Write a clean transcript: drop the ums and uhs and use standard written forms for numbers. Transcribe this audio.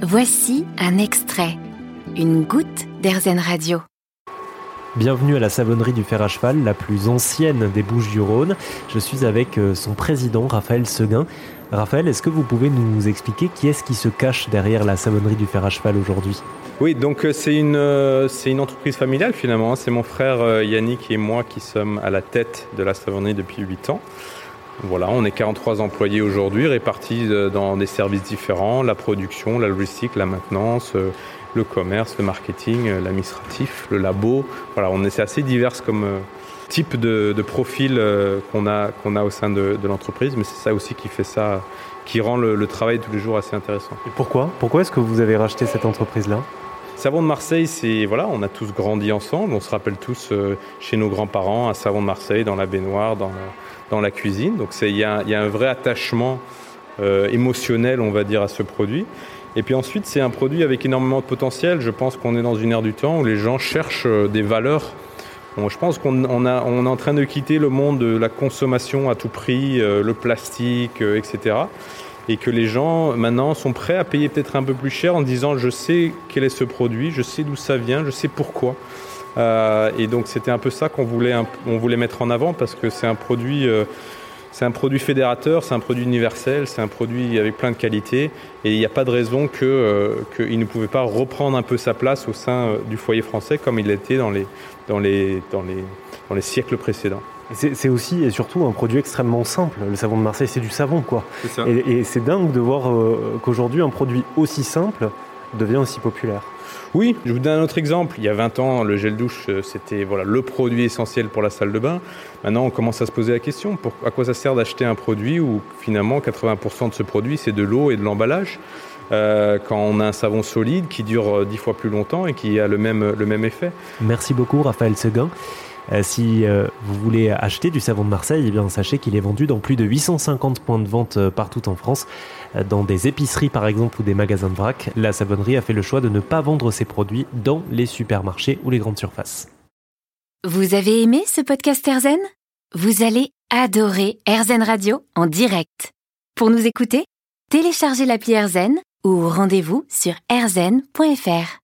Voici un extrait, une goutte d'Airzen Radio. Bienvenue à la savonnerie du Fer à Cheval, la plus ancienne des Bouches-du-Rhône. Je suis avec son président, Raphaël Seguin. Raphaël, est-ce que vous pouvez nous expliquer qui est-ce qui se cache derrière la savonnerie du Fer à Cheval aujourd'hui ? Oui, donc c'est une entreprise familiale finalement. C'est mon frère Yannick et moi qui sommes à la tête de la savonnerie depuis 8 ans. Voilà, on est 43 employés aujourd'hui, répartis dans des services différents, la production, la logistique, la maintenance, le commerce, le marketing, l'administratif, le labo. Voilà, c'est assez divers comme type de profil qu'on a au sein de l'entreprise, mais c'est ça aussi qui fait ça, qui rend le travail tous les jours assez intéressant. Et pourquoi est-ce que vous avez racheté cette entreprise-là ? Savon de Marseille, on a tous grandi ensemble, on se rappelle tous chez nos grands-parents, à Savon de Marseille, dans la baignoire, dans la cuisine. Donc il y a un vrai attachement émotionnel, on va dire, à ce produit. Et puis ensuite, c'est un produit avec énormément de potentiel. Je pense qu'on est dans une ère du temps où les gens cherchent des valeurs. Bon, je pense qu'on est en train de quitter le monde de la consommation à tout prix, le plastique, etc. Et que les gens, maintenant, sont prêts à payer peut-être un peu plus cher en disant « je sais quel est ce produit, je sais d'où ça vient, je sais pourquoi ». Et donc, c'était un peu ça qu'on voulait mettre en avant parce que c'est un produit fédérateur, c'est un produit universel, c'est un produit avec plein de qualités. Et il n'y a pas de raison qu'il ne pouvait pas reprendre un peu sa place au sein du foyer français comme il l'était dans les siècles précédents. C'est aussi et surtout un produit extrêmement simple. Le savon de Marseille, c'est du savon, quoi. C'est ça. Et c'est dingue de voir qu'aujourd'hui, un produit aussi simple devient aussi populaire. Oui, je vous donne un autre exemple. Il y a 20 ans, le gel douche, c'était le produit essentiel pour la salle de bain. Maintenant, on commence à se poser la question, à quoi ça sert d'acheter un produit où finalement 80% de ce produit, c'est de l'eau et de l'emballage quand on a un savon solide qui dure 10 fois plus longtemps et qui a le même effet. Merci beaucoup, Raphaël Seguin. Si vous voulez acheter du savon de Marseille, eh bien, sachez qu'il est vendu dans plus de 850 points de vente partout en France. Dans des épiceries par exemple ou des magasins de vrac, la savonnerie a fait le choix de ne pas vendre ses produits dans les supermarchés ou les grandes surfaces. Vous avez aimé ce podcast Airzen ? Vous allez adorer Airzen Radio en direct. Pour nous écouter, téléchargez l'appli Airzen ou rendez-vous sur airzen.fr.